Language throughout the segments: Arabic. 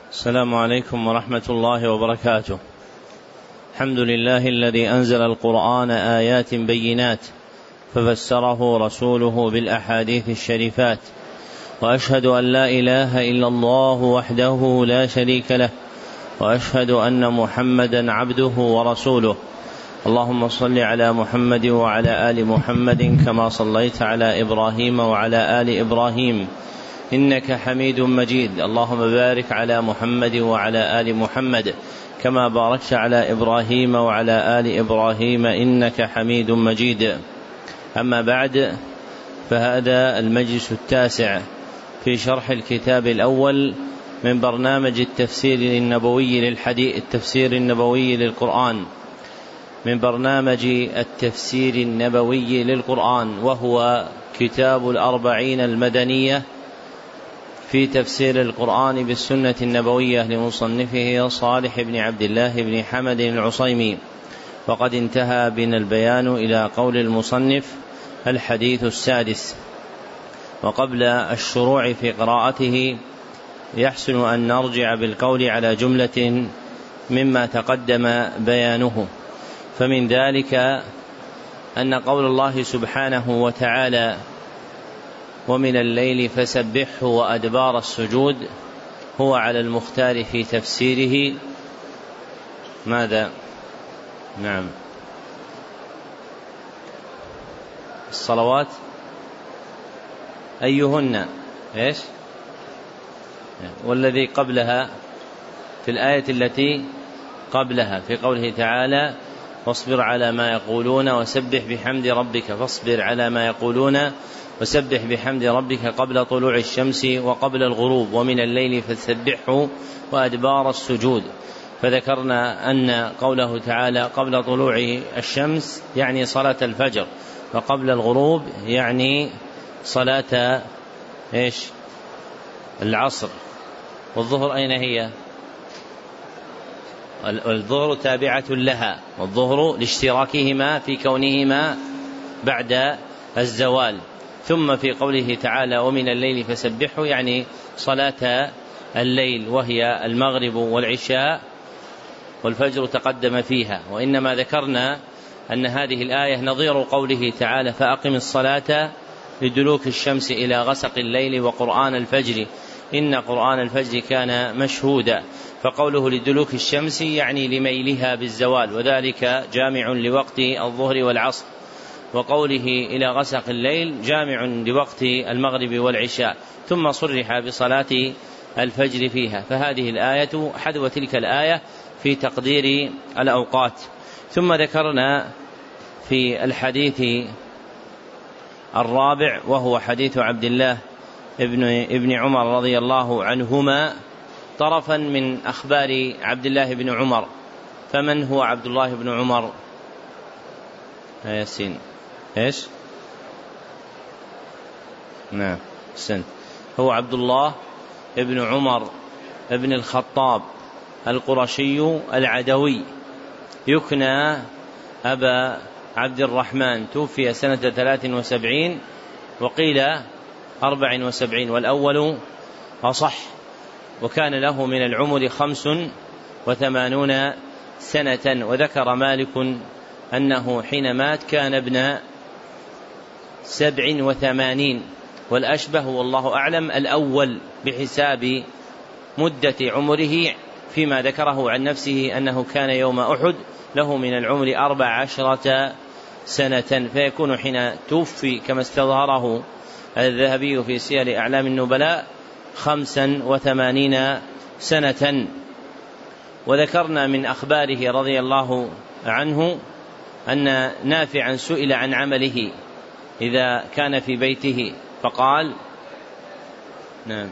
السلام عليكم ورحمة الله وبركاته. الحمد لله الذي أنزل القرآن آيات بينات ففسره رسوله بالأحاديث الشريفات، وأشهد أن لا إله إلا الله وحده لا شريك له، وأشهد أن محمدا عبده ورسوله. اللهم صل على محمد وعلى آل محمد كما صليت على إبراهيم وعلى آل إبراهيم إنك حميد مجيد. اللهم بارك على محمد وعلى آل محمد كما باركت على إبراهيم وعلى آل إبراهيم إنك حميد مجيد. أما بعد، فهذا المجلس التاسع في شرح الكتاب الأول من برنامج التفسير النبوي للقرآن، من برنامج التفسير النبوي للقرآن، وهو كتاب الأربعين المدنية في تفسير القرآن بالسنة النبوية لمصنفه صالح بن عبد الله بن حمد العصيمي. وقد انتهى بنا البيان إلى قول المصنف: الحديث السادس. وقبل الشروع في قراءته يحسن أن نرجع بالقول على جملة مما تقدم بيانه. فمن ذلك أن قول الله سبحانه وتعالى: ومن الليل فسبحه وأدبار السجود، هو على المختار في تفسيره ماذا؟ نعم، الصلوات أيهن؟ إيش؟ والذي قبلها في الآية التي قبلها في قوله تعالى: فاصبر على ما يقولون وسبح بحمد ربك، فاصبر على ما يقولون وسبح بحمد ربك قبل طلوع الشمس وقبل الغروب، ومن الليل فسبحه وأدبار السجود. فذكرنا أن قوله تعالى قبل طلوع الشمس يعني صلاة الفجر، وقبل الغروب يعني صلاة إيش؟ العصر. والظهر أين هي؟ الظهر تابعة لها، والظهر لاشتراكهما في كونهما بعد الزوال. ثم في قوله تعالى: ومن الليل فسبحه يعني صلاة الليل، وهي المغرب والعشاء، والفجر تقدم فيها. وإنما ذكرنا أن هذه الآية نظير قوله تعالى: فأقم الصلاة لدلوك الشمس إلى غسق الليل وقرآن الفجر إن قرآن الفجر كان مشهودا. فقوله لدلوك الشمس يعني لميلها بالزوال، وذلك جامع لوقت الظهر والعصر. وقوله إلى غسق الليل جامع لوقت المغرب والعشاء، ثم صرح بصلاة الفجر فيها. فهذه الآية حذو تلك الآية في تقدير الأوقات. ثم ذكرنا في الحديث الرابع، وهو حديث عبد الله ابن عمر رضي الله عنهما، طرفا من أخبار عبد الله بن عمر. فمن هو عبد الله بن عمر؟ ياسين إيش؟ نعم، سنت. هو عبد الله ابن عمر ابن الخطاب القرشي العدوي، يكنى أبا عبد الرحمن، توفي سنة 73 وقيل 74، والأول أصح. وكان له من العمر 85 سنة. وذكر مالك أنه حين مات كان ابن 87، والأشبه والله أعلم الأول بحساب مدة عمره، فيما ذكره عن نفسه أنه كان يوم أحد له من العمر 14 سنة، فيكون حين توفي كما استظهره الذهبي في سير أعلام النبلاء 85 سنة. وذكرنا من أخباره رضي الله عنه أن نافعا سئل عن عمله إذا كان في بيته فقال: نعم،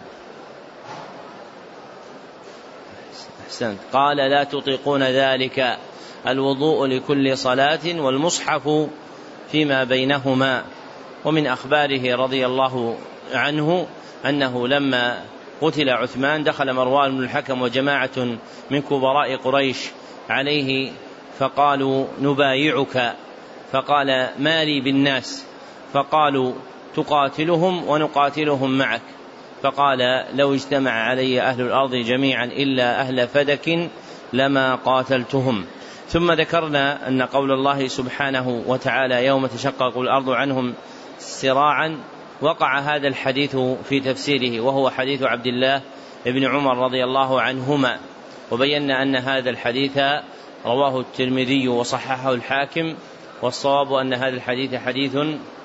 أحسنت، قال: لا تطيقون ذلك، الوضوء لكل صلاة والمصحف فيما بينهما. ومن أخباره رضي الله عنه أنه لما قتل عثمان دخل مروان بن الحكم وجماعة من كبراء قريش عليه فقالوا: نبايعك. فقال: ما لي بالناس؟ فقالوا: تقاتلهم ونقاتلهم معك. فقال لو اجتمع علي أهل الأرض جميعا إلا أهل فدك لما قاتلتهم. ثم ذكرنا أن قول الله سبحانه وتعالى يوم تشقق الأرض عنهم سراعا وقع هذا الحديث في تفسيره، وهو حديث عبد الله بن عمر رضي الله عنهما، وبينا أن هذا الحديث رواه الترمذي وصححه الحاكم، والصواب أن هذا الحديث حديث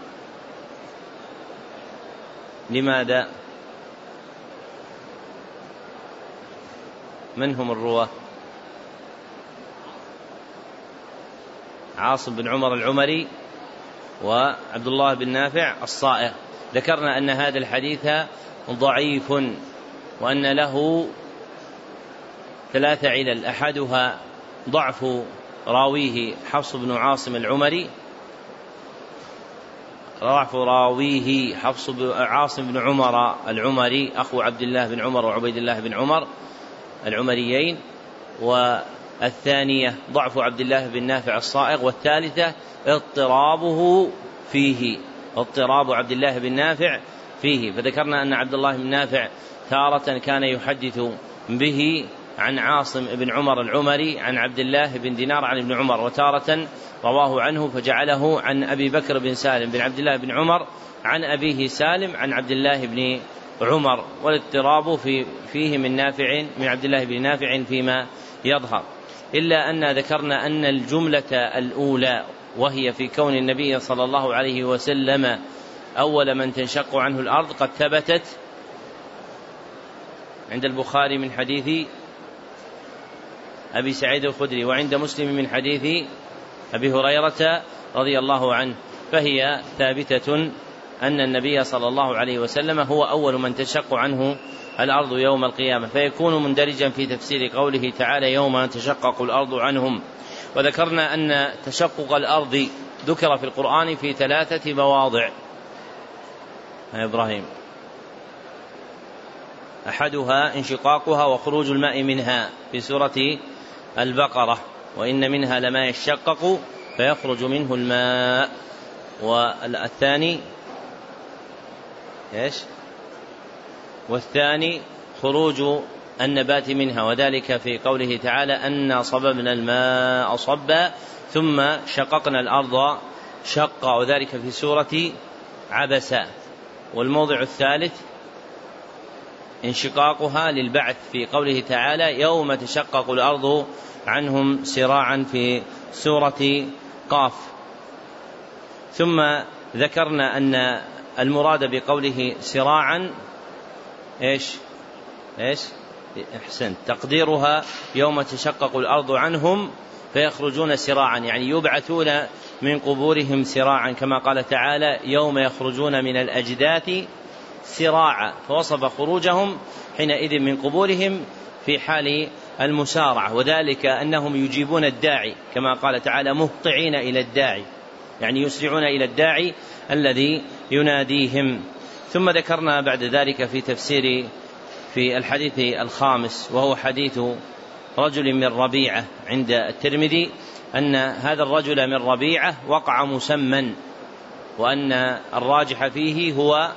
لماذا؟ من هم الرواة؟ عاصم بن عمر العمري وعبد الله بن نافع الصائغ. ذكرنا أن هذا الحديث ضعيف وأن له 3 علل، أحدها ضعف راويه حفص بن عاصم العمري، ضعف راويه عاصم بن عمر العمري أخو عبد الله بن عمر وعبيد الله بن عمر العمريين، والثانية ضعف عبد الله بن نافع الصائغ، والثالثة اضطراب عبد الله بن نافع فيه. فذكرنا أن عبد الله بن نافع تارة كان يحدث به عن عاصم بن عمر العمري عن عبد الله بن دينار عن ابن عمر، وتارة رواه عنه فجعله عن أبي بكر بن سالم بن عبد الله بن عمر عن أبيه سالم عن عبد الله بن عمر، والاضطراب فيه من عبد الله بن نافع فيما يظهر. إلا أن ذكرنا أن الجملة الأولى وهي في كون النبي صلى الله عليه وسلم أول من تنشق عنه الأرض قد ثبتت عند البخاري من حديث أبي سعيد الخدري، وعند مسلم من حديث أبي هريرة رضي الله عنه، فهي ثابتة أن النبي صلى الله عليه وسلم هو أول من تنشق عنه الأرض يوم القيامة، فيكون مندرجا في تفسير قوله تعالى يوم تشقق الأرض عنهم. وذكرنا أن تشقق الأرض ذكر في القرآن في 3 مواضع يا إبراهيم، أحدها انشقاقها وخروج الماء منها في سورة البقرة، وإن منها لما يشقق فيخرج منه الماء، والثاني خروج النبات منها، وذلك في قوله تعالى أنا صببنا الماء صبا ثم شققنا الأرض شقا، وذلك في سورة عبسة. والموضع الثالث انشقاقها للبعث في قوله تعالى يوم تشقق الأرض عنهم سراعا في سورة قاف. ثم ذكرنا أن المراد بقوله سراعا أحسنت تقديرها يوم تشقق الأرض عنهم فيخرجون سراعا، يعني يبعثون من قبورهم سراعا، كما قال تعالى يوم يخرجون من الأجداث سراعا، فوصف خروجهم حينئذ من قبورهم في حال المسارعة، وذلك أنهم يجيبون الداعي كما قال تعالى مهطعين إلى الداعي، يعني يسرعون إلى الداعي الذي يناديهم. ثم ذكرنا بعد ذلك في تفسير في الحديث الخامس، وهو حديث رجل من ربيعة عند الترمذي، أن هذا الرجل من ربيعة وقع مسمى، وأن الراجح فيه هو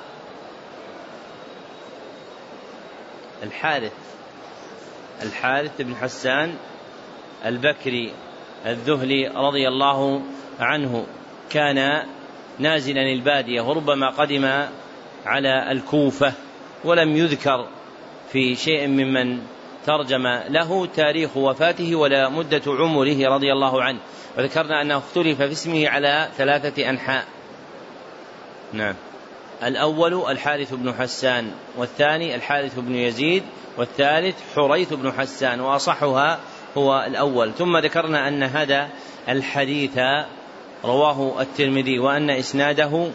الحارث بن حسان البكري الذهلي رضي الله عنه، كان نازلا البادية وربما قدم على الكوفة، ولم يذكر في شيء ممن ترجم له تاريخ وفاته ولا مدة عمره رضي الله عنه. وذكرنا أنه اختلف في اسمه على 3 أنحاء. نعم، الأول الحارث بن حسان، والثاني الحارث بن يزيد، والثالث حريث بن حسان، وأصحها هو الأول. ثم ذكرنا أن هذا الحديث رواه الترمذي، وأن إسناده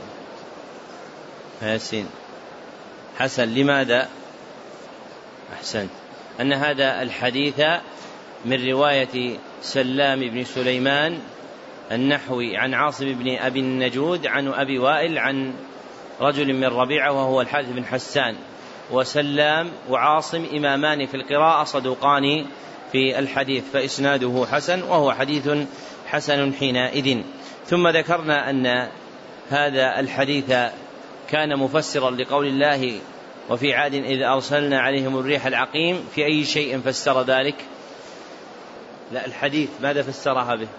حسن. لماذا؟ أحسنت، أن هذا الحديث من رواية سلام بن سليمان النحوي عن عاصم بن أبي النجود عن أبي وائل عن رجل من ربيعة وهو الحارث بن حسان، وسلام وعاصم إمامان في القراءة صدوقان في الحديث، فإسناده حسن، وهو حديث حسن حينئذ. ثم ذكرنا أن هذا الحديث كان مفسرا لقول الله وفي عاد إذ أرسلنا عليهم الريح العقيم، في أي شيء فسر ذلك؟ لا، الحديث ماذا فسرها به؟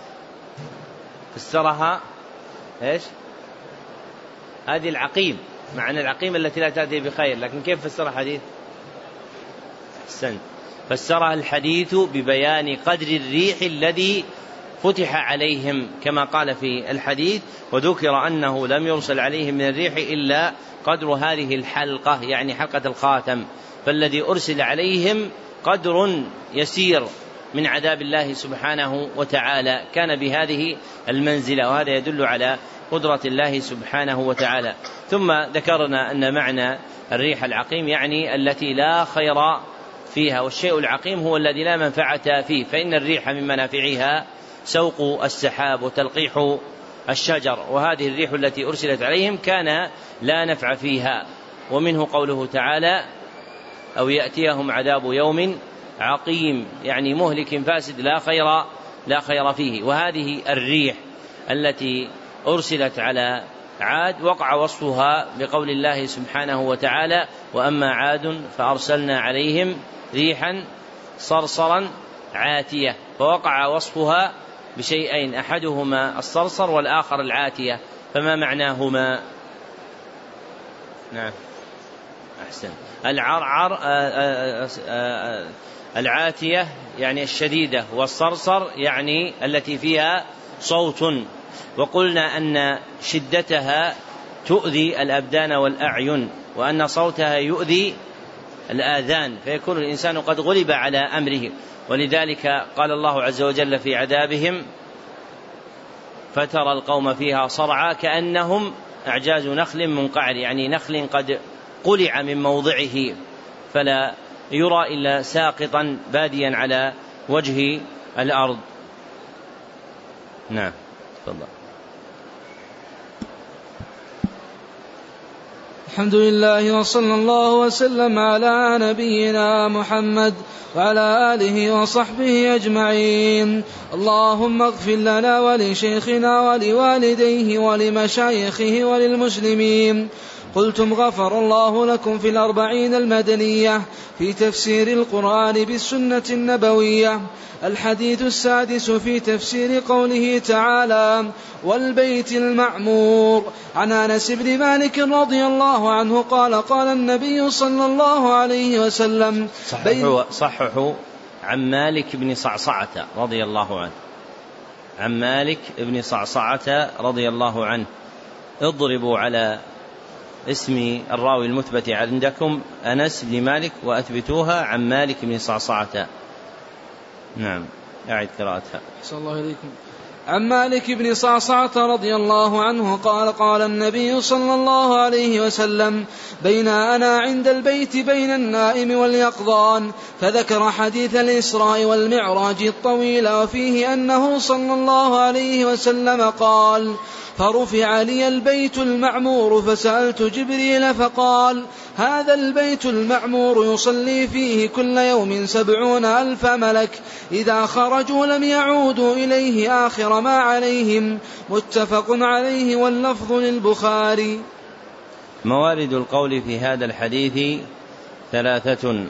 فسرها إيش؟ هذه العقيم، معنى العقيم التي لا تأتي بخير، لكن كيف فسر الحديث؟ أحسن، فسرها الحديث ببيان قدر الريح الذي فتح عليهم كما قال في الحديث، وذكر أنه لم يرسل عليهم من الريح إلا قدر هذه الحلقة، يعني حلقة الخاتم، فالذي أرسل عليهم قدر يسير من عذاب الله سبحانه وتعالى، كان بهذه المنزلة، وهذا يدل على قدرة الله سبحانه وتعالى. ثم ذكرنا أن معنى الريح العقيم يعني التي لا خير فيها، والشيء العقيم هو الذي لا منفعة فيه، فإن الريح من منافعها سوق السحاب وتلقيح الشجر، وهذه الريح التي أرسلت عليهم كان لا نفع فيها. ومنه قوله تعالى: أو يأتيهم عذاب يوم عقيم، يعني مهلك فاسد لا خير فيه. وهذه الريح التي أرسلت على عاد وقع وصفها بقول الله سبحانه وتعالى: وأما عاد فأرسلنا عليهم ريحا صرصرا عاتية، فوقع وصفها بشيئين، أحدهما الصرصر والآخر العاتية، فما معناهما؟ نعم أحسن. العاتية يعني الشديدة، والصرصر يعني التي فيها صوت. وقلنا أن شدتها تؤذي الأبدان والأعين، وأن صوتها يؤذي الآذان، فيكون الإنسان قد غلب على أمره. ولذلك قال الله عز وجل في عذابهم: فترى القوم فيها صرعى كأنهم أعجاز نخل منقعر، يعني نخل قد قلع من موضعه فلا يرى إلا ساقطا باديا على وجه الأرض. نعم تفضل. الحمد لله، وصلى الله وسلم على نبينا محمد وعلى آله وصحبه أجمعين. اللهم اغفر لنا ولشيخنا ولوالديه ولمشايخه وللمسلمين. قلتم غفر الله لكم في 40 المدنية في تفسير القرآن بالسنة النبوية. الحديث السادس في تفسير قوله تعالى: والبيت المعمور. عن أنس بن مالك رضي الله عنه قال: قال النبي صلى الله عليه وسلم: صححوا عن مالك بن صعصعة رضي الله عنه، عن مالك بن صعصعة رضي الله عنه. اضربوا على اسم الراوي المثبت عندكم أنس بن مالك وأثبتوها عن مالك بن صعصعة. نعم أعد قراءتها. صلى الله عليكم. عن مالك بن صعصعة رضي الله عنه قال: قال النبي صلى الله عليه وسلم: بين أنا عند البيت بين النائم واليقظان، فذكر حديث الإسراء والمعراج الطويل، وفيه أنه صلى الله عليه وسلم قال: فرفع لي البيت المعمور فسألت جبريل فقال: هذا البيت المعمور يصلي فيه كل يوم 70,000 ملك، إذا خرجوا لم يعودوا إليه آخر ما عليهم. متفق عليه، واللفظ للبخاري. موارد القول في هذا الحديث 3.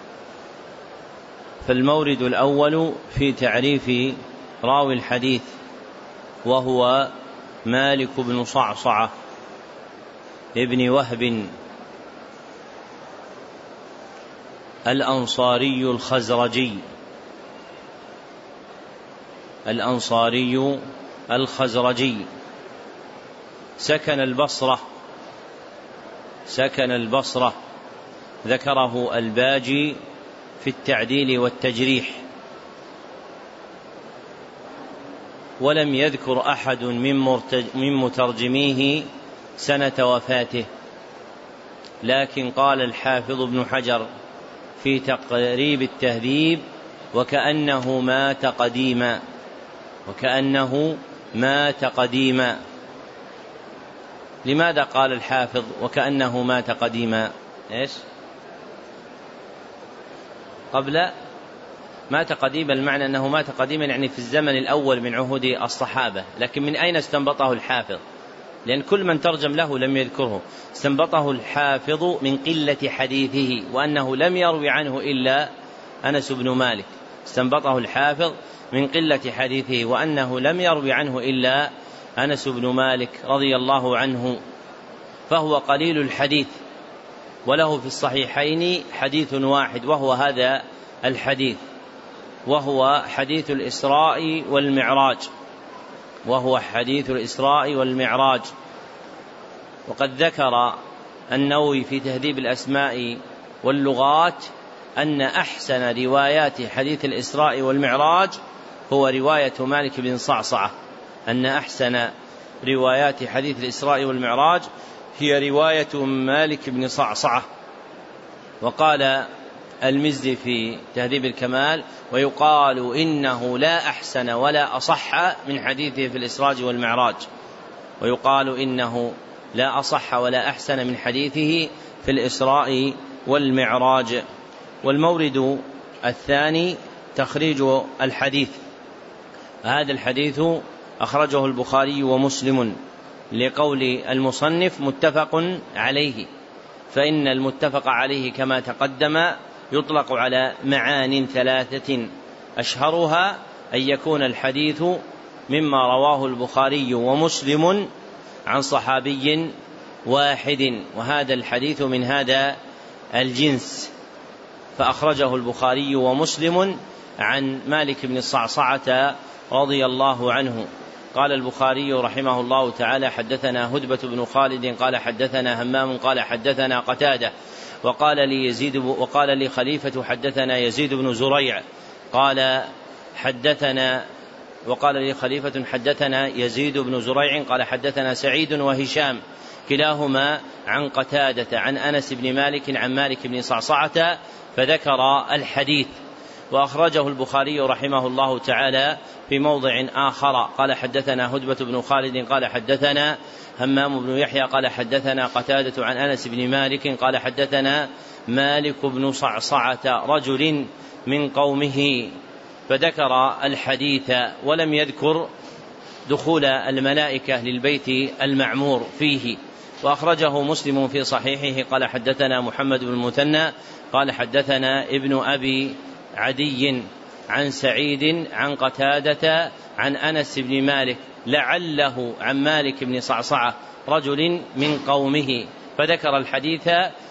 فالمورد الأول في تعريف راوي الحديث، وهو مالك بن صعصعة ابن وهب الأنصاري الخزرجي، سكن البصرة، ذكره الباجي في التعديل والتجريح، ولم يذكر أحد من مترجميه سنة وفاته، لكن قال الحافظ ابن حجر في تقريب التهذيب: وكأنه مات قديما. لماذا قال الحافظ وكأنه مات قديما؟ إيش؟ قبل مات قديما، المعنى أنه مات قديما يعني في الزمن الأول من عهود الصحابة، لكن من أين استنبطه الحافظ؟ لأن كل من ترجم له لم يذكره. استنبطه الحافظ من قلة حديثه وأنه لم يروي عنه إلا أنس بن مالك. استنبطه الحافظ من قلة حديثه وأنه لم يروي عنه إلا أنس بن مالك رضي الله عنه، فهو قليل الحديث، وله في الصحيحين حديث واحد وهو هذا الحديث، وهو حديث الإسراء والمعراج. وقد ذكر النووي في تهذيب الأسماء واللغات أن أحسن روايات حديث الإسراء والمعراج هو رواية مالك بن صعصعة، أن أحسن روايات حديث الإسراء والمعراج هي رواية مالك بن صعصعة. وقال المزي في تهذيب الكمال: ويقال إنه لا أحسن ولا أصح من حديثه في الإسراء والمعراج، ويقال إنه لا أصح ولا أحسن من حديثه في الإسراء والمعراج. والمورد الثاني تخريج الحديث. هذا الحديث أخرجه البخاري ومسلم لقول المصنف متفق عليه، فإن المتفق عليه كما تقدم يطلق على معان ثلاثة، أشهرها أن يكون الحديث مما رواه البخاري ومسلم عن صحابي واحد، وهذا الحديث من هذا الجنس، فأخرجه البخاري ومسلم عن مالك بن الصعصعة رضي الله عنه. قال البخاري رحمه الله تعالى: حدثنا هدبة بن خالد قال حدثنا همام قال حدثنا قتادة وقال لي خليفة حدثنا يزيد بن زريع قال حدثنا يزيد بن زريع قال حدثنا سعيد وهشام كلاهما عن قتادة عن أنس بن مالك عن مالك بن صعصعة، فذكر الحديث. وأخرجه البخاري رحمه الله تعالى في موضع آخر قال حدثنا هدبة بن خالد قال حدثنا همام بن يحيى قال حدثنا قتادة عن أنس بن مالك قال حدثنا مالك بن صعصعة رجل من قومه، فذكر الحديث ولم يذكر دخول الملائكة للبيت المعمور فيه. وأخرجه مسلم في صحيحه قال حدثنا محمد بن المثنى قال حدثنا ابن أبي عدي عن سعيد عن قتادة عن أنس بن مالك لعله عن مالك بن صعصعة رجل من قومه، فذكر الحديث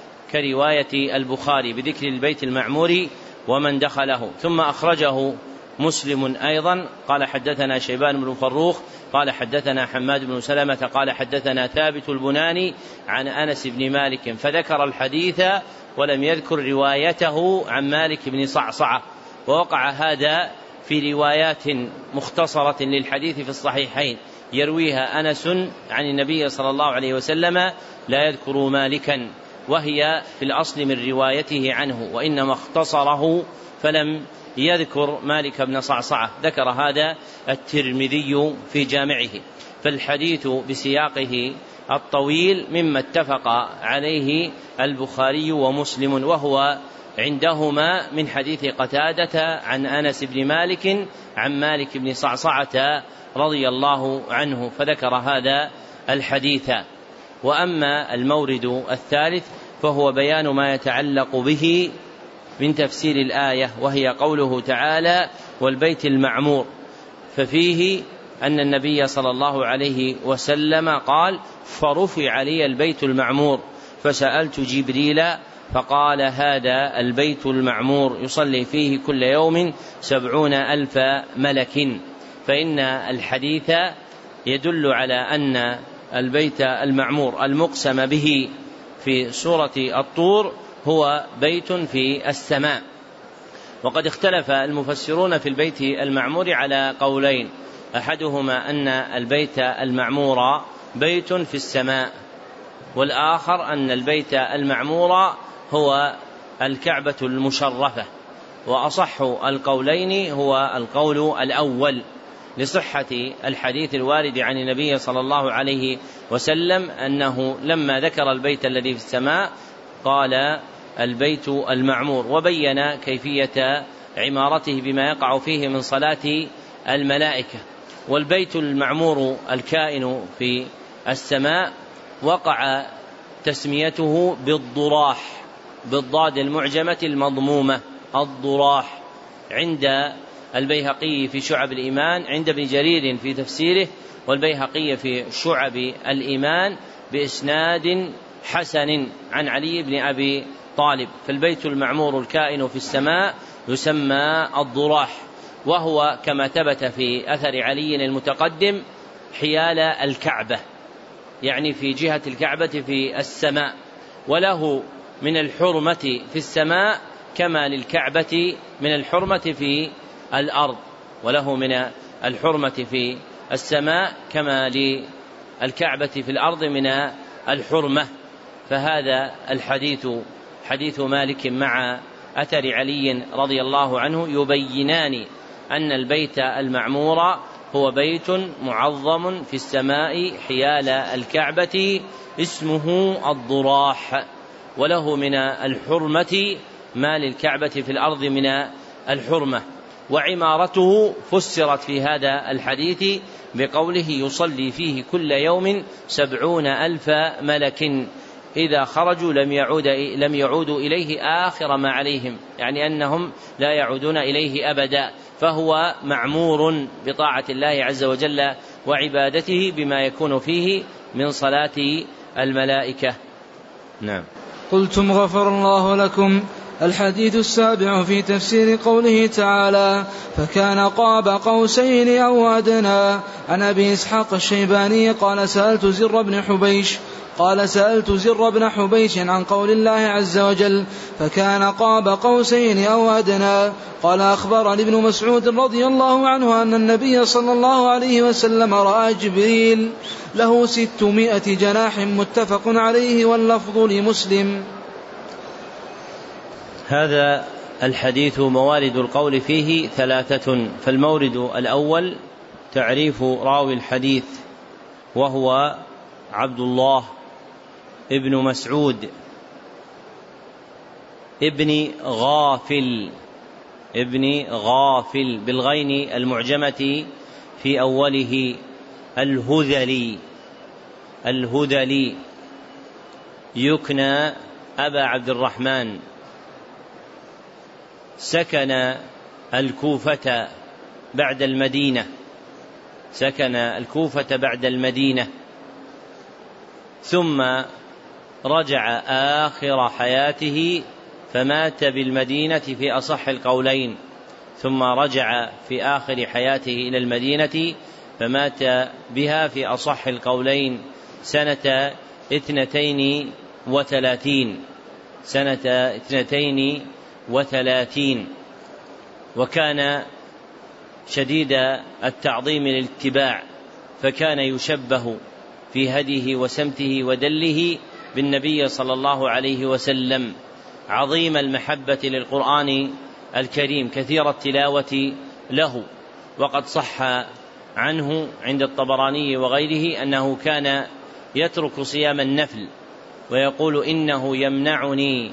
كرواية البخاري بذكر البيت المعمور ومن دخله. ثم أخرجه مسلم أيضا قال حدثنا شيبان بن فروخ قال حدثنا حماد بن سلمة قال حدثنا ثابت البناني عن أنس بن مالك، فذكر الحديث ولم يذكر روايته عن مالك بن صعصعة. ووقع هذا في روايات مختصرة للحديث في الصحيحين يرويها أنس عن النبي صلى الله عليه وسلم لا يذكر مالكا، وهي في الأصل من روايته عنه، وإنما اختصره فلم يذكر مالك بن صعصعة. ذكر هذا الترمذي في جامعه. فالحديث بسياقه الطويل مما اتفق عليه البخاري ومسلم، وهو عندهما من حديث قتادة عن أنس بن مالك عن مالك بن صعصعة رضي الله عنه، فذكر هذا الحديث. وأما المورد الثالث فهو بيان ما يتعلق به من تفسير الآية، وهي قوله تعالى والبيت المعمور، ففيه أن النبي صلى الله عليه وسلم قال فرفع لي البيت المعمور فسألت جبريل فقال هذا البيت المعمور يصلي فيه كل يوم 70,000 ملك. فإن الحديث يدل على أن البيت المعمور المقسم به في سورة الطور هو بيت في السماء. وقد اختلف المفسرون في البيت المعمور على قولين، أحدهما أن البيت المعمور بيت في السماء، والآخر أن البيت المعمور هو الكعبة المشرفة. وأصح القولين هو القول الأول لصحة الحديث الوارد عن النبي صلى الله عليه وسلم أنه لما ذكر البيت الذي في السماء قال البيت المعمور، وبين كيفية عمارته بما يقع فيه من صلاة الملائكة. والبيت المعمور الكائن في السماء وقع تسميته بالضراح بالضاد المعجمة المضمومة الضراح عند البيهقي في شعب الإيمان، عند ابن جرير في تفسيره، والبيهقي في شعب الإيمان بإسناد حسن عن علي بن أبي طالب. فالبيت المعمور الكائن في السماء يسمى الضراح، وهو كما ثبت في أثر علي المتقدم حيال الكعبة، يعني في جهة الكعبة في السماء، وله من الحرمة في السماء كما للكعبة من الحرمة في الأرض، وله من الحرمة في السماء كما للكعبة في الأرض من الحرمة. فهذا الحديث حديث مالك مع أثر علي رضي الله عنه يبينان أن البيت المعمور هو بيت معظم في السماء حيال الكعبة اسمه الضراح، وله من الحرمة ما للكعبة في الأرض من الحرمة. وعمارته فسرت في هذا الحديث بقوله يصلي فيه كل يوم 70,000 ملك إذا خرجوا لم يعودوا إليه آخر ما عليهم، يعني أنهم لا يعودون إليه أبدا، فهو معمور بطاعة الله عز وجل وعبادته بما يكون فيه من صلاة الملائكة. نعم. قلتم غفر الله لكم. الحديث السابع في تفسير قوله تعالى فكان قاب قوسين أو أدنى. عن أبي إسحاق الشيباني قال سألت زر بن حبيش عن قول الله عز وجل فكان قاب قوسين أو أدنى. قال أخبرني ابن مسعود رضي الله عنه أن النبي صلى الله عليه وسلم رأى جبريل له 600 جناح متفق عليه واللفظ لمسلم. هذا الحديث موارد القول فيه 3. فالمورد الأول تعريف راوي الحديث، وهو عبد الله ابن مسعود ابن غافل بالغين المعجمة في أوله الهذلي يكنى أبا عبد الرحمن. سكن الكوفة بعد المدينة ثم رجع آخر حياته فمات بالمدينة في أصح القولين، ثم رجع في آخر حياته إلى المدينة فمات بها في أصح القولين سنة 32. وكان شديد التعظيم للاتباع، فكان يشبه في هديه وسمته ودله بالنبي صلى الله عليه وسلم، عظيم المحبة للقرآن الكريم، كثير التلاوة له. وقد صح عنه عند الطبراني وغيره أنه كان يترك صيام النفل ويقول إنه يمنعني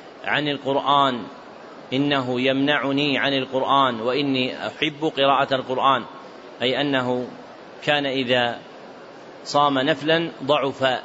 عن القرآن وإني أحب قراءة القرآن، أي أنه كان إذا صام نفلا ضعف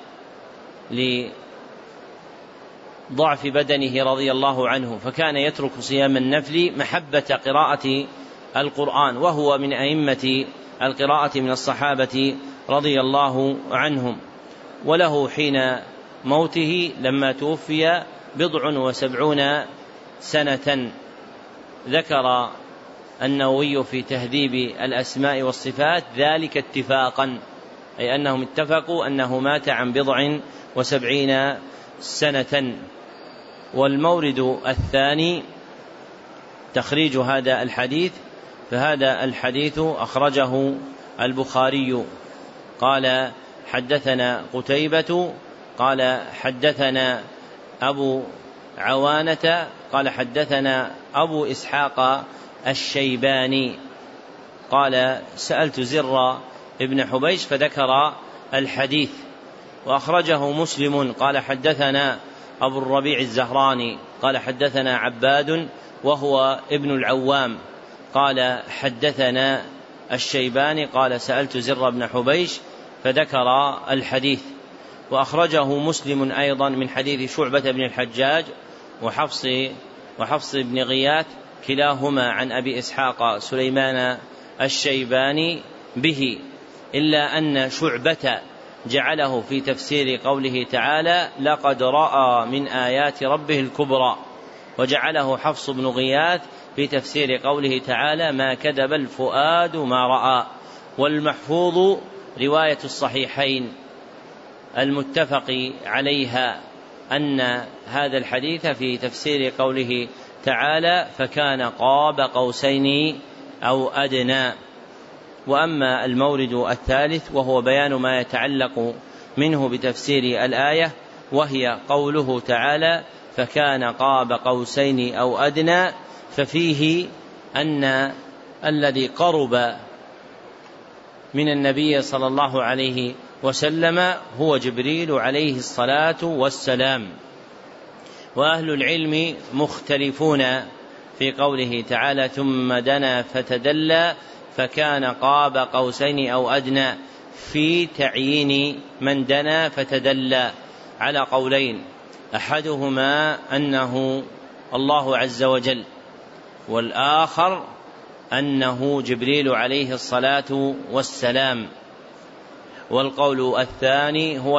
لضعف بدنه رضي الله عنه، فكان يترك صيام النفل محبة قراءة القرآن، وهو من أئمة القراءة من الصحابة رضي الله عنهم. وله حين موته لما توفي 70 سنة. ذكر النووي في تهذيب الأسماء والصفات ذلك اتفاقا، أي أنهم اتفقوا أنه مات عن 70 سنة. والمورد الثاني تخريج هذا الحديث، فهذا الحديث أخرجه البخاري. قال حدثنا قتيبة قال حدثنا أبو عوانة قال حدثنا أبو إسحاق الشيباني قال سألت زر ابن حبيش فذكر الحديث. وأخرجه مسلم قال حدثنا أبو الربيع الزهراني قال حدثنا عباد وهو ابن العوام قال حدثنا الشيباني قال سألت زر بن حبيش فذكر الحديث. وأخرجه مسلم أيضا من حديث شعبة بن الحجاج وحفص بن غياث كلاهما عن أبي إسحاق سليمان الشيباني به، إلا أن شعبة جعله في تفسير قوله تعالى لقد رأى من آيات ربه الكبرى، وجعله حفص بن غياث في تفسير قوله تعالى ما كذب الفؤاد ما رأى. والمحفوظ رواية الصحيحين المتفق عليها أن هذا الحديث في تفسير قوله تعالى فكان قاب قوسين أو أدنى. وأما المورد الثالث وهو بيان ما يتعلق منه بتفسير الآية، وهي قوله تعالى فكان قاب قوسين أو أدنى، ففيه أن الذي قرب من النبي صلى الله عليه وسلم هو جبريل عليه الصلاة والسلام. وأهل العلم مختلفون في قوله تعالى ثم دنا فتدلى فكان قاب قوسين أو أدنى في تعيين من دنا فتدلى على قولين، أحدهما أنه الله عز وجل، والآخر أنه جبريل عليه الصلاة والسلام. والقول الثاني هو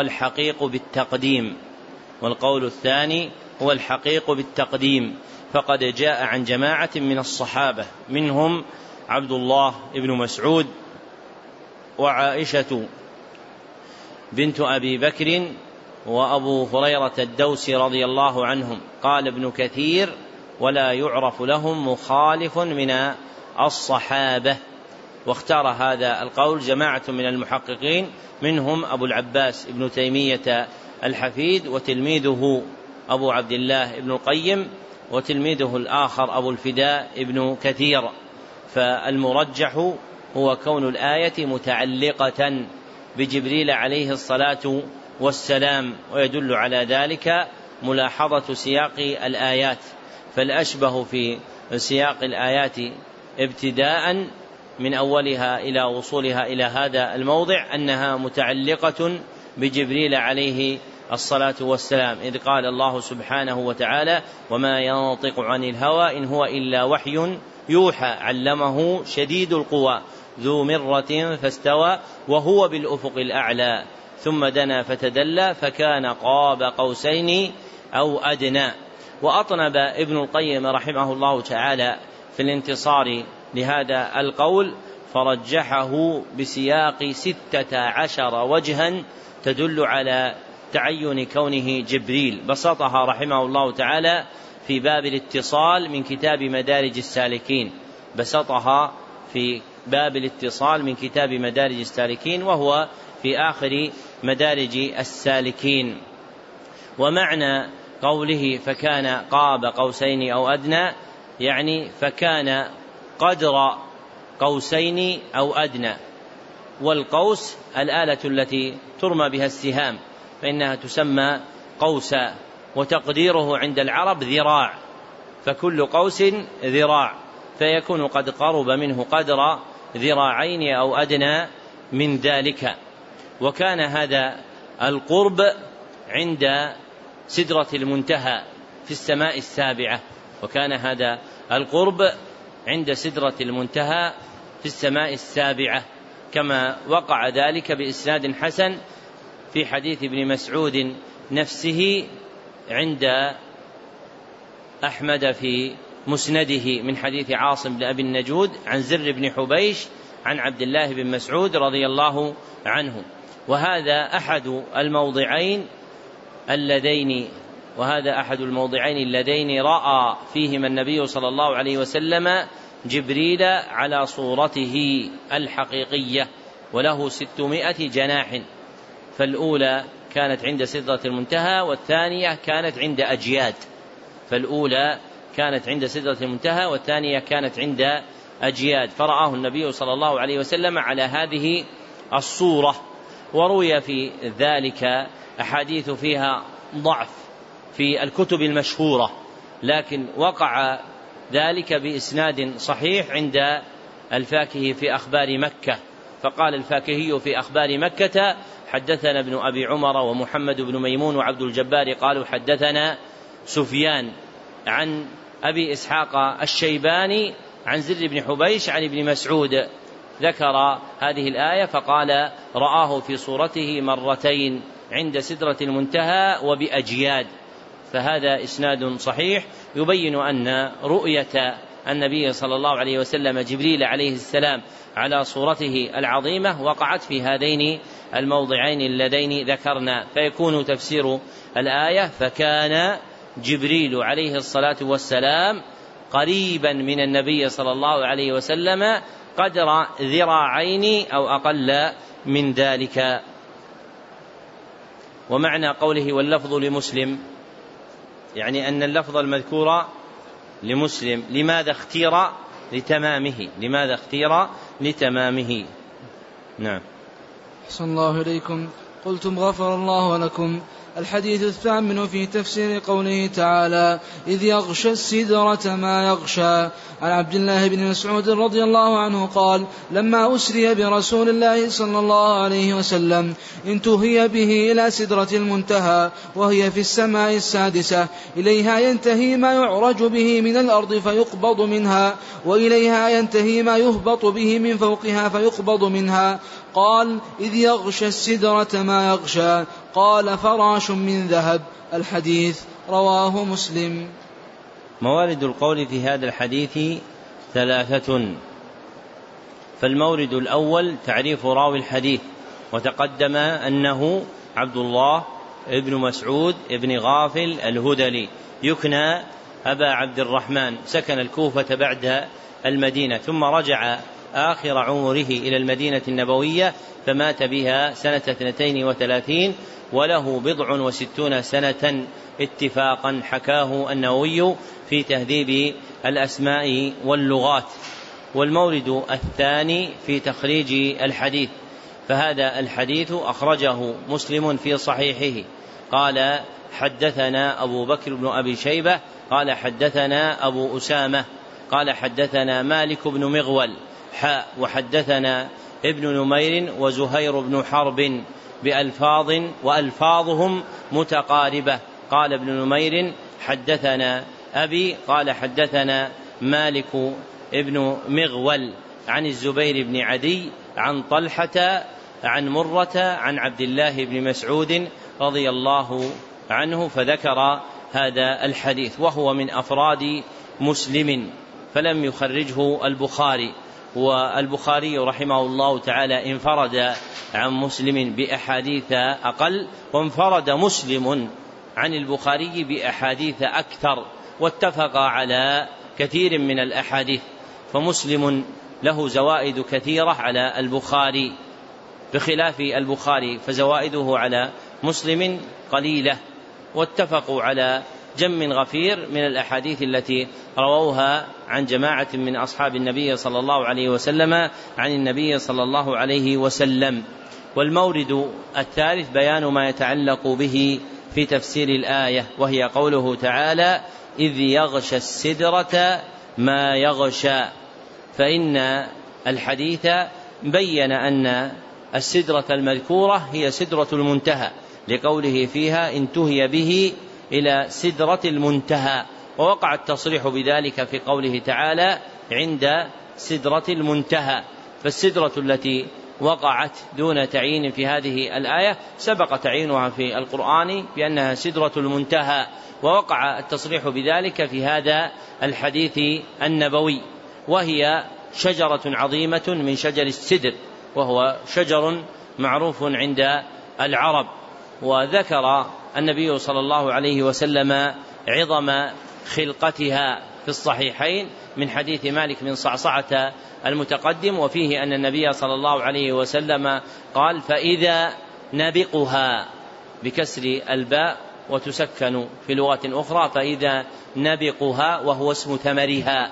الحقيق بالتقديم، فقد جاء عن جماعة من الصحابة منهم عبد الله بن مسعود وعائشة بنت أبي بكر وأبو هريرة الدوسي رضي الله عنهم. قال ابن كثير ولا يعرف لهم مخالف من الصحابة. واختار هذا القول جماعة من المحققين منهم أبو العباس ابن تيمية الحفيد وتلميذه أبو عبد الله ابن القيم وتلميذه الآخر أبو الفداء ابن كثير. فالمرجح هو كون الآية متعلقة بجبريل عليه الصلاة والسلام، ويدل على ذلك ملاحظة سياق الآيات، فالأشبه في سياق الآيات ابتداء من أولها إلى وصولها إلى هذا الموضع أنها متعلقة بجبريل عليه الصلاة والسلام، إذ قال الله سبحانه وتعالى وما ينطق عن الهوى إن هو إلا وحي يوحى علمه شديد القوى ذو مرة فاستوى وهو بالأفق الأعلى ثم دنا فتدلى فكان قاب قوسين أو أدنى. وأطنب ابن القيم رحمه الله تعالى في الانتصار لهذا القول فرجحه بسياق 16 وجها تدل على تعين كونه جبريل، بسطها رحمه الله تعالى في باب الاتصال من كتاب مدارج السالكين وهو في آخر مدارج السالكين. ومعنى قوله فكان قاب قوسين أو أدنى يعني فكان قدر قوسين أو أدنى. والقوس الآلة التي ترمى بها السهام فإنها تسمى قوسا، وتقديره عند العرب ذراع، فكل قوس ذراع، فيكون قد قرب منه قدر ذراعين أو أدنى من ذلك. وكان هذا القرب عند سدرة المنتهى في السماء السابعة، كما وقع ذلك بإسناد حسن في حديث ابن مسعود نفسه عند أحمد في مسنده من حديث عاصم بن أبي النجود عن زر بن حبيش عن عبد الله بن مسعود رضي الله عنه. وهذا أحد الموضعين اللذين رأى فيهما النبي صلى الله عليه وسلم جبريل على صورته الحقيقية وله 600 جناح، فالأولى كانت عند سدرة المنتهى والثانية كانت عند أجياد، فرآه النبي صلى الله عليه وسلم على هذه الصورة. وروي في ذلك أحاديث فيها ضعف في الكتب المشهورة، لكن وقع ذلك بإسناد صحيح عند الفاكهي في أخبار مكة فقال الفاكهي في أخبار مكة حدثنا ابن أبي عمر ومحمد بن ميمون وعبد الجبار قالوا حدثنا سفيان عن أبي إسحاق الشيباني عن زر بن حبيش عن ابن مسعود ذكر هذه الآية فقال رآه في صورته مرتين عند سدرة المنتهى وبأجياد. فهذا إسناد صحيح يبين أن رؤية النبي صلى الله عليه وسلم جبريل عليه السلام على صورته العظيمة وقعت في هذين الموضعين اللذين ذكرنا. فيكون تفسير الآية فكان جبريل عليه الصلاة والسلام قريبا من النبي صلى الله عليه وسلم قدر ذراعين أو أقل من ذلك. ومعنى قوله واللفظ لمسلم يعني أن اللفظ المذكور لمسلم. لماذا اختير لتمامه؟ نعم. أحسن الله إليكم. قلتم غفر الله لكم. الحديث الثامن في تفسير قوله تعالى إذ يغشى السدرة ما يغشى. عن عبد الله بن مسعود رضي الله عنه قال لما أسري برسول الله صلى الله عليه وسلم انتهي به إلى سدرة المنتهى وهي في السماء السادسة إليها ينتهي ما يعرج به من الأرض فيقبض منها وإليها ينتهي ما يهبط به من فوقها فيقبض منها. قال إذ يغشى السدرة ما يغشى قال فراش من ذهب. الحديث رواه مسلم. موارد القول في هذا الحديث ثلاثة. فالمورد الأول تعريف راوي الحديث وتقدم أنه عبد الله ابن مسعود ابن غافل الهذلي يكنى أبا عبد الرحمن سكن الكوفة بعد المدينة ثم رجع آخر عمره إلى المدينة النبوية فمات بها سنة 32 وله 60 سنة اتفاقا حكاه النووي في تهذيب الأسماء واللغات. والمورد الثاني في تخريج الحديث فهذا الحديث أخرجه مسلم في صحيحه قال حدثنا أبو بكر بن أبي شيبة قال حدثنا أبو أسامة قال حدثنا مالك بن مغول وحدثنا ابن نمير وزهير بن حرب بألفاظ وألفاظهم متقاربة. قال ابن نمير حدثنا أبي قال حدثنا مالك ابن مغول عن الزبير بن عدي عن طلحة عن مرة عن عبد الله بن مسعود رضي الله عنه فذكر هذا الحديث وهو من أفراد مسلم فلم يخرجه البخاري. والبخاري رحمه الله تعالى انفرد عن مسلم بأحاديث أقل وانفرد مسلم عن البخاري بأحاديث أكثر واتفق على كثير من الأحاديث. فمسلم له زوائد كثيرة على البخاري بخلاف البخاري فزوائده على مسلم قليلة واتفقوا على جم غفير من الأحاديث التي رووها عن جماعة من أصحاب النبي صلى الله عليه وسلم عن النبي صلى الله عليه وسلم. والمورد الثالث بيان ما يتعلق به في تفسير الآية وهي قوله تعالى إذ يغشى السدرة ما يغشى. فإن الحديث بين أن السدرة المذكورة هي سدرة المنتهى لقوله فيها انتهي به إلى سدرة المنتهى ووقع التصريح بذلك في قوله تعالى عند سدرة المنتهى. فالسدرة التي وقعت دون تعيين في هذه الآية سبق تعيينها في القرآن بأنها سدرة المنتهى ووقع التصريح بذلك في هذا الحديث النبوي وهي شجرة عظيمة من شجر السدر وهو شجر معروف عند العرب. وذكر النبي صلى الله عليه وسلم عظم خلقتها في الصحيحين من حديث مالك بن صعصعة المتقدم وفيه أن النبي صلى الله عليه وسلم قال فإذا نبقها بكسر الباء وتسكن في لغة أخرى فإذا نبقها وهو اسم ثمرها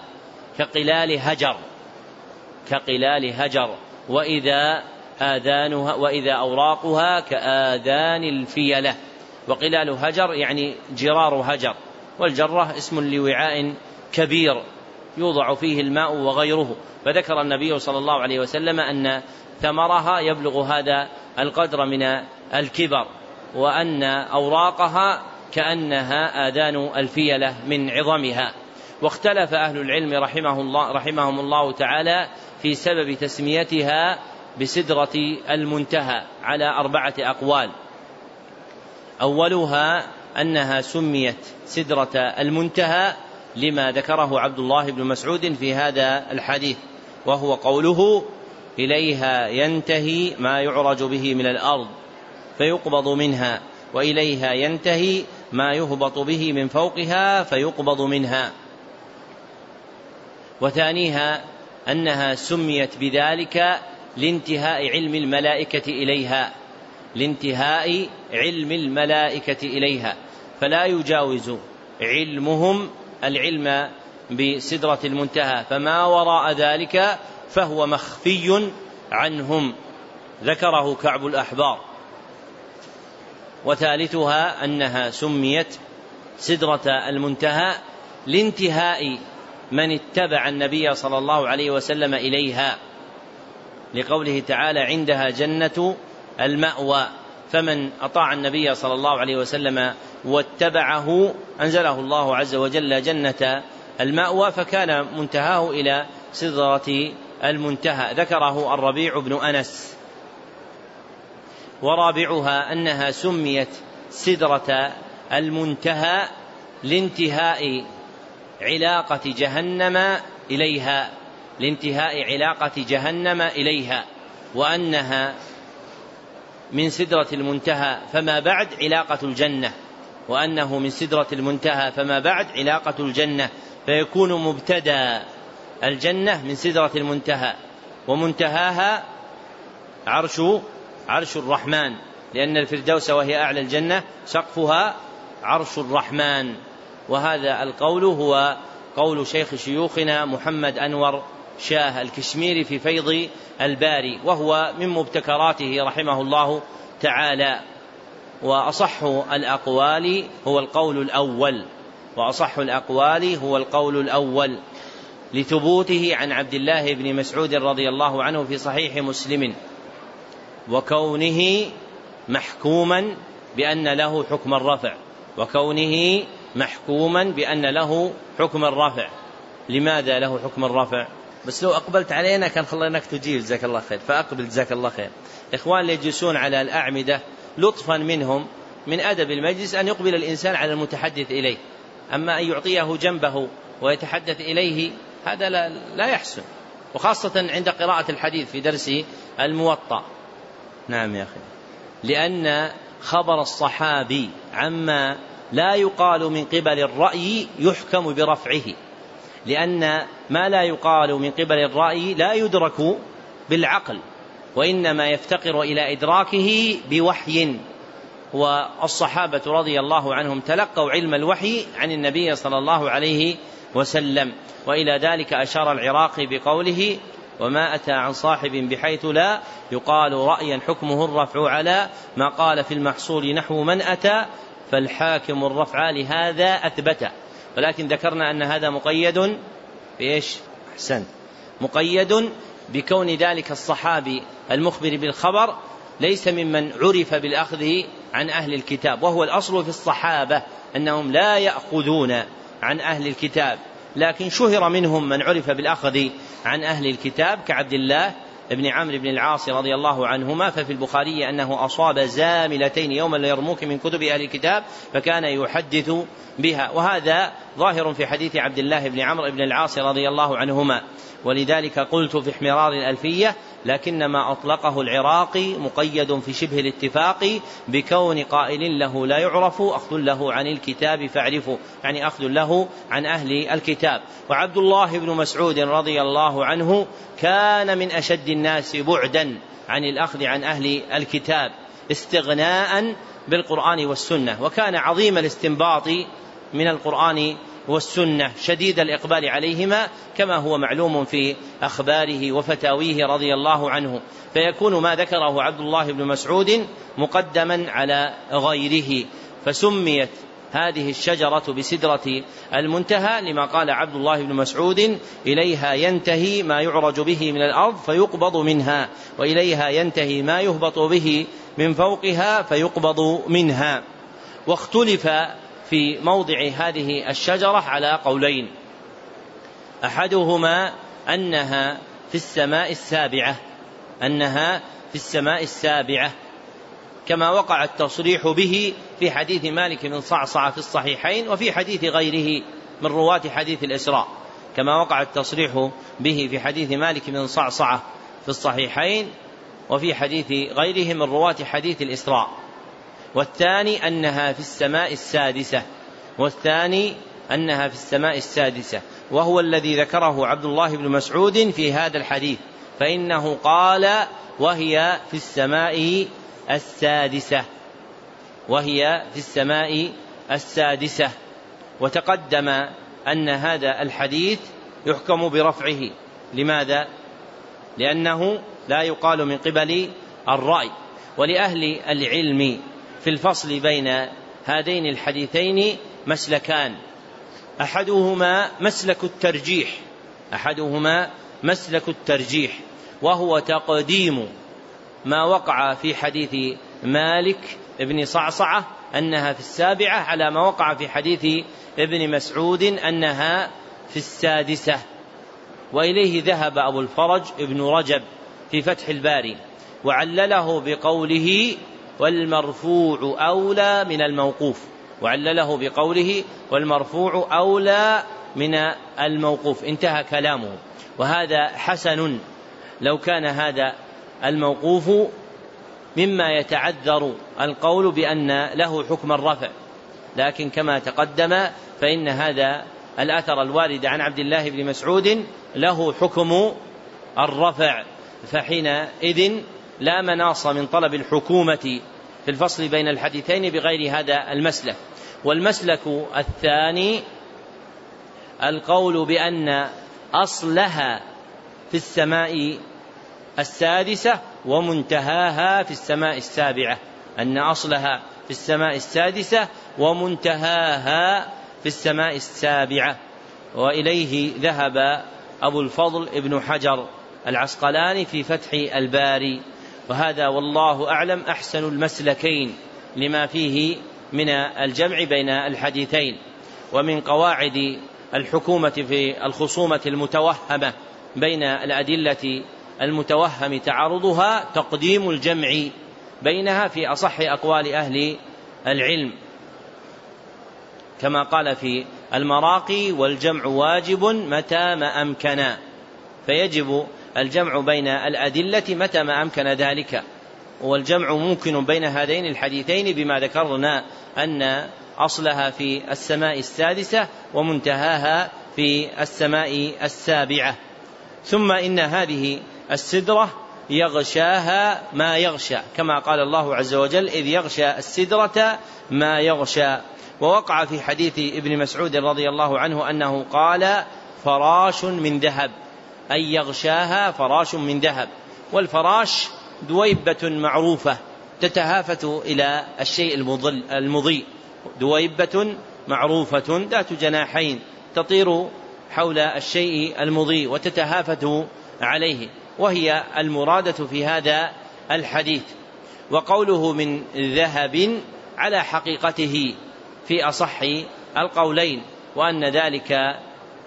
كقلال هجر وإذا آذانها وإذا أوراقها كآذان الفيلة. وقلال هجر يعني جرار هجر والجرة اسم لوعاء كبير يوضع فيه الماء وغيره. فذكر النبي صلى الله عليه وسلم أن ثمرها يبلغ هذا القدر من الكبر، وأن أوراقها كأنها آذان الفيلة من عظمها. واختلف أهل العلم رحمهم الله تعالى في سبب تسميتها بسدرة المنتهى على 4 أقوال. أولها أنها سميت سدرة المنتهى لما ذكره عبد الله بن مسعود في هذا الحديث، وهو قوله: إليها ينتهي ما يعرج به من الأرض فيقبض منها، وإليها ينتهي ما يهبط به من فوقها فيقبض منها. وثانيها أنها سميت بذلك لانتهاء علم الملائكة إليها، لانتهاء علم الملائكة إليها، فلا يجاوز علمهم العلم بسدرة المنتهى، فما وراء ذلك فهو مخفي عنهم، ذكره كعب الأحبار. وثالثها أنها سميت سدرة المنتهى لانتهاء من اتبع النبي صلى الله عليه وسلم إليها، لقوله تعالى: عندها جنة المأوى، فمن أطاع النبي صلى الله عليه وسلم واتبعه أنزله الله عز وجل جنة المأوى، فكان منتهاه إلى سدرة المنتهى، ذكره الربيع بن أنس. ورابعها أنها سميت سدرة المنتهى لانتهاء علاقة جهنم إليها، لانتهاء علاقة جهنم إليها، وأنها من سدرة المنتهى فما بعد علاقة الجنة، وأنه من سدرة المنتهى فما بعد علاقة الجنة، فيكون مبتدأ الجنة من سدرة المنتهى، ومنتهاها عرش الرحمن، لأن الفردوس وهي أعلى الجنة سقفها عرش الرحمن. وهذا القول هو قول شيخ شيوخنا محمد أنور شاه الكشميري في فيض الباري، وهو من مبتكراته رحمه الله تعالى. وأصح الأقوال هو القول الأول، لثبوته عن عبد الله بن مسعود رضي الله عنه في صحيح مسلم، وكونه محكوما بأن له حكم الرفع. لماذا له حكم الرفع؟ بس لو أقبلت علينا كان خليناك تجيب، جزاك الله خير، فأقبل جزاك الله خير. إخوان اللي يجلسون على الأعمدة لطفا منهم من أدب المجلس أن يقبل الإنسان على المتحدث إليه، أما أن يعطيه جنبه ويتحدث إليه هذا لا يحسن، وخاصة عند قراءة الحديث في درس الموطأ. نعم يا أخي، لأن خبر الصحابي عما لا يقال من قبل الرأي يحكم برفعه، لأن ما لا يقال من قبل الرأي لا يدرك بالعقل، وإنما يفتقر إلى إدراكه بوحي. والصحابة رضي الله عنهم تلقوا علم الوحي عن النبي صلى الله عليه وسلم. وإلى ذلك أشار العراقي بقوله: وما أتى عن صاحب بحيث لا يقال رأيا حكمه الرفع على ما قال في المحصول نحو من أتى، فالحاكم الرفع لهذا أثبت. ولكن ذكرنا أن هذا مقيد بإيش؟ أحسن، مقيد بكون ذلك الصحابي المخبر بالخبر ليس ممن عرف بالأخذ عن أهل الكتاب، وهو الأصل في الصحابة أنهم لا يأخذون عن أهل الكتاب، لكن شهر منهم من عرف بالأخذ عن أهل الكتاب كعبد الله ابن عمرو بن العاص رضي الله عنهما، ففي البخاري أنه أصاب زاملتين يوما ليرموك من كتب أهل الكتاب فكان يحدث بها، وهذا ظاهر في حديث عبد الله بن عمرو بن العاص رضي الله عنهما. ولذلك قلت في حمرار الألفية: لكنما أطلقه العراقي مقيد في شبه الاتفاق بكون قائل له لا يعرف أخذ له عن الكتاب فاعرفه، يعني أخذ له عن أهل الكتاب. وعبد الله بن مسعود رضي الله عنه كان من أشد الناس بعدا عن الأخذ عن أهل الكتاب استغناء بالقرآن والسنة، وكان عظيم الاستنباط من القرآن والسنة شديد الإقبال عليهما، كما هو معلوم في أخباره وفتاويه رضي الله عنه. فيكون ما ذكره عبد الله بن مسعود مقدما على غيره. فسميت هذه الشجرة بسدرة المنتهى، لما قال عبد الله بن مسعود: إليها ينتهي ما يعرج به من الأرض فيقبض منها، وإليها ينتهي ما يهبط به من فوقها فيقبض منها. واختلف في موضع هذه الشجرة على قولين: أحدهما أنها في السماء السابعة، أنها في السماء السابعة، كما وقع التصريح به في حديث مالك بن صعصعة في الصحيحين، وفي حديث غيره من رواة حديث الإسراء، كما وقع التصريح به في حديث مالك بن صعصعة في الصحيحين، وفي حديث غيره من رواة حديث الإسراء. والثاني أنها في السماء السادسة، والثاني أنها في السماء السادسة، وهو الذي ذكره عبد الله بن مسعود في هذا الحديث، فإنه قال: وهي في السماء السادسة، وهي في السماء السادسة. وتقدم أن هذا الحديث يحكم برفعه. لماذا؟ لأنه لا يقال من قبل الرأي. ولأهل العلم في الفصل بين هذين الحديثين مسلكان: أحدهما مسلك الترجيح، وهو تقديم ما وقع في حديث مالك ابن صعصعة أنها في السابعة على ما وقع في حديث ابن مسعود أنها في السادسة. وإليه ذهب أبو الفرج ابن رجب في فتح الباري، وعلله بقوله: والمرفوع أولى من الموقوف، وعلله بقوله: والمرفوع أولى من الموقوف، انتهى كلامه. وهذا حسن لو كان هذا الموقوف مما يتعذر القول بأن له حكم الرفع، لكن كما تقدم فإن هذا الأثر الوارد عن عبد الله بن مسعود له حكم الرفع، فحينئذ لا مناص من طلب الحكومة في الفصل بين الحديثين بغير هذا المسلك. والمسلك الثاني القول بأن أصلها في السماء السادسة ومنتهاها في السماء السابعة، أن أصلها في السماء السادسة ومنتهاها في السماء السابعة. وإليه ذهب أبو الفضل ابن حجر العسقلاني في فتح الباري. وهذا والله أعلم أحسن المسلكين لما فيه من الجمع بين الحديثين. ومن قواعد الحكومة في الخصومة المتوهمة بين الأدلة المتوهم تعارضها تقديم الجمع بينها في أصح أقوال أهل العلم، كما قال في المراقي: والجمع واجب متى ما أمكن، فيجب الجمع بين الأدلة متى ما أمكن ذلك. والجمع ممكن بين هذين الحديثين بما ذكرنا أن أصلها في السماء السادسة ومنتهاها في السماء السابعة. ثم إن هذه السدرة يغشاها ما يغشى، كما قال الله عز وجل: إذ يغشى السدرة ما يغشى. ووقع في حديث ابن مسعود رضي الله عنه أنه قال: فراش من ذهب، أي يغشاها فراش من ذهب. والفراش دويبة معروفة تتهافت إلى الشيء المضيء، دويبة معروفة ذات جناحين تطير حول الشيء المضيء وتتهافت عليه، وهي المرادة في هذا الحديث. وقوله من ذهب على حقيقته في أصح القولين، وأن ذلك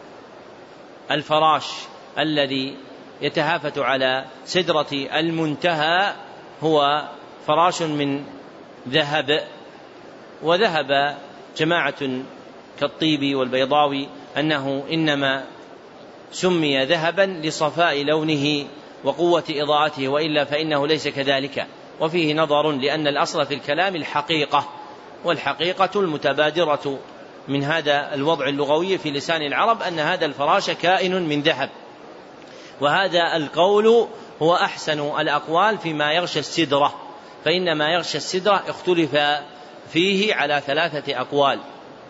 الفراش الذي يتهافت على سدرة المنتهى هو فراش من ذهب. وذهب جماعة كالطيبي والبيضاوي أنه إنما سمي ذهبا لصفاء لونه وقوة إضاءته، وإلا فإنه ليس كذلك. وفيه نظر، لأن الأصل في الكلام الحقيقة، والحقيقة المتبادرة من هذا الوضع اللغوي في لسان العرب أن هذا الفراش كائن من ذهب. وهذا القول هو أحسن الأقوال فيما يغشى السدرة، فإن ما يغشى السدرة اختلف فيه على 3 أقوال: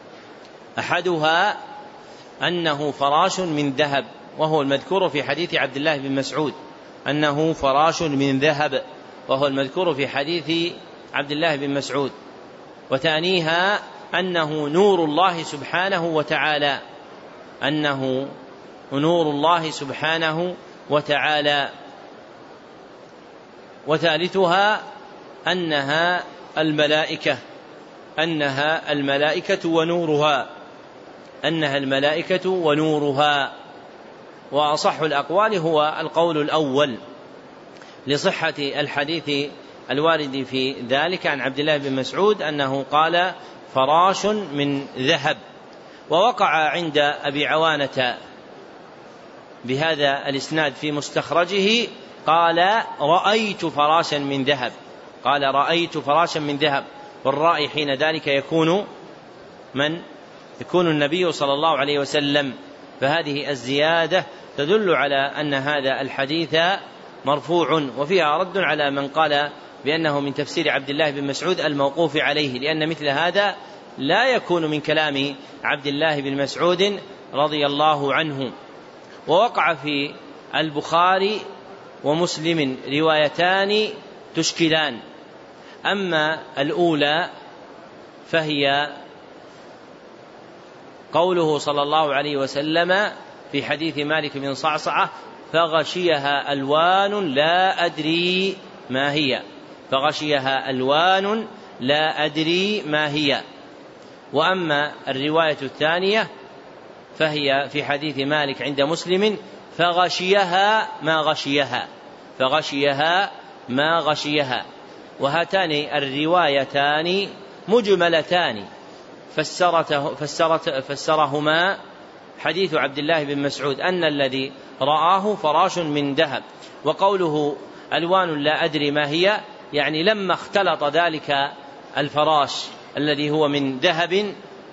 أحدها أنه فراش من ذهب، وهو المذكور في حديث عبد الله بن مسعود أنه فراش من ذهب، وهو المذكور في حديث عبد الله بن مسعود. وثانيها أنه نور الله سبحانه وتعالى، أنه نور الله سبحانه وتعالى. وثالثها أنها الملائكة، أنها الملائكة ونورها، أنها الملائكة ونورها. وأصح الأقوال هو القول الأول لصحة الحديث الوارد في ذلك عن عبد الله بن مسعود أنه قال فراش من ذهب. ووقع عند أبي عوانة بهذا الإسناد في مستخرجه قال رأيت فراشا من ذهب، قال رأيت فراشا من ذهب، والرأي حين ذلك يكون من؟ يكون النبي صلى الله عليه وسلم. فهذه الزيادة تدل على أن هذا الحديث مرفوع، وفيها رد على من قال بأنه من تفسير عبد الله بن مسعود الموقوف عليه، لأن مثل هذا لا يكون من كلام عبد الله بن مسعود رضي الله عنه. ووقع في البخاري ومسلم روايتان تشكلان. أما الأولى فهي قوله صلى الله عليه وسلم في حديث مالك بن صعصعة فغشيها ألوان لا أدري ما هي، فغشيها ألوان لا أدري ما هي. وأما الرواية الثانية فهي في حديث مالك عند مسلم فغشيها ما غشيها، فغشيها ما غشيها. وهاتان الروايتان مجملتان فسرهما حديث عبد الله بن مسعود أن الذي رآه فراش من ذهب. وقوله ألوان لا أدري ما هي يعني لما اختلط ذلك الفراش الذي هو من ذهب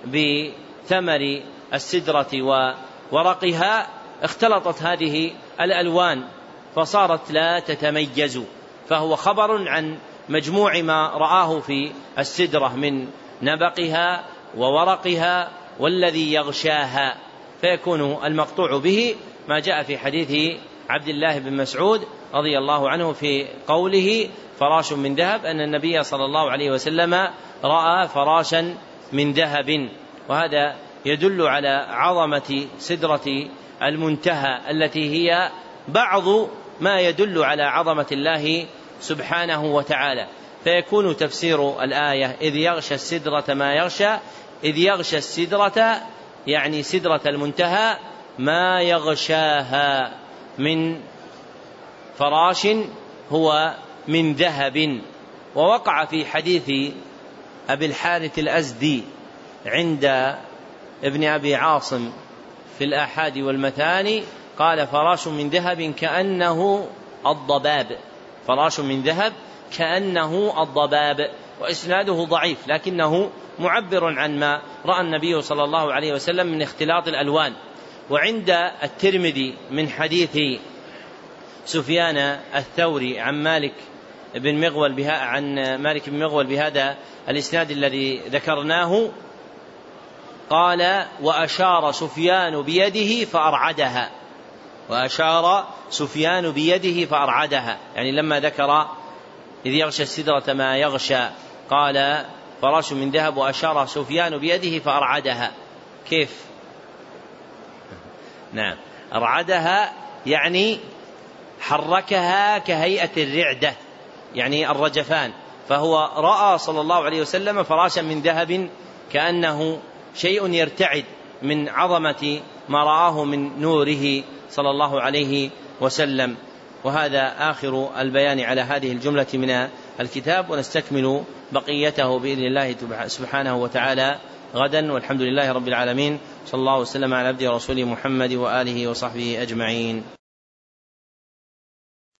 بثمر السدرة وورقها اختلطت هذه الألوان فصارت لا تتميز، فهو خبر عن مجموع ما رآه في السدرة من نبقها وورقها والذي يغشاها، فيكون المقطوع به ما جاء في حديث عبد الله بن مسعود رضي الله عنه في قوله فراش من ذهب أن النبي صلى الله عليه وسلم رأى فراشا من ذهب. وهذا يدل على عظمة سدرة المنتهى التي هي بعض ما يدل على عظمة الله سبحانه وتعالى. فيكون تفسير الآية إذ يغشى السدرة ما يغشى، إذ يغشى السدرة يعني سدرة المنتهى ما يغشاها من فراش هو من ذهب. ووقع في حديث أبي الحارث الأزدي عند ابن أبي عاصم في الآحاد والمثاني قال فراش من ذهب كأنه الضباب، فراش من ذهب كأنه الضباب. وإسناده ضعيف لكنه معبر عن ما رأى النبي صلى الله عليه وسلم من اختلاط الألوان. وعند الترمذي من حديث سفيان الثوري عن مالك بن مغول بهذا الإسناد الذي ذكرناه قال وأشار سفيان بيده فأرعدها، وأشار سفيان بيده فأرعدها، يعني لما ذكر إذ يغشى السدرة ما يغشى قال فراش من ذهب وأشار سفيان بيده فأرعدها. كيف؟ نعم، أرعدها يعني حركها كهيئة الرعدة يعني الرجفان. فهو رأى صلى الله عليه وسلم فراشا من ذهب كأنه شيء يرتعد من عظمة ما رآه من نوره صلى الله عليه وسلم. وهذا آخر البيان على هذه الجملة من الكتاب، ونستكمل بقيته بإذن الله سبحانه وتعالى غدا، والحمد لله رب العالمين، صلى الله وسلم على عبده ورسوله محمد وآله وصحبه أجمعين.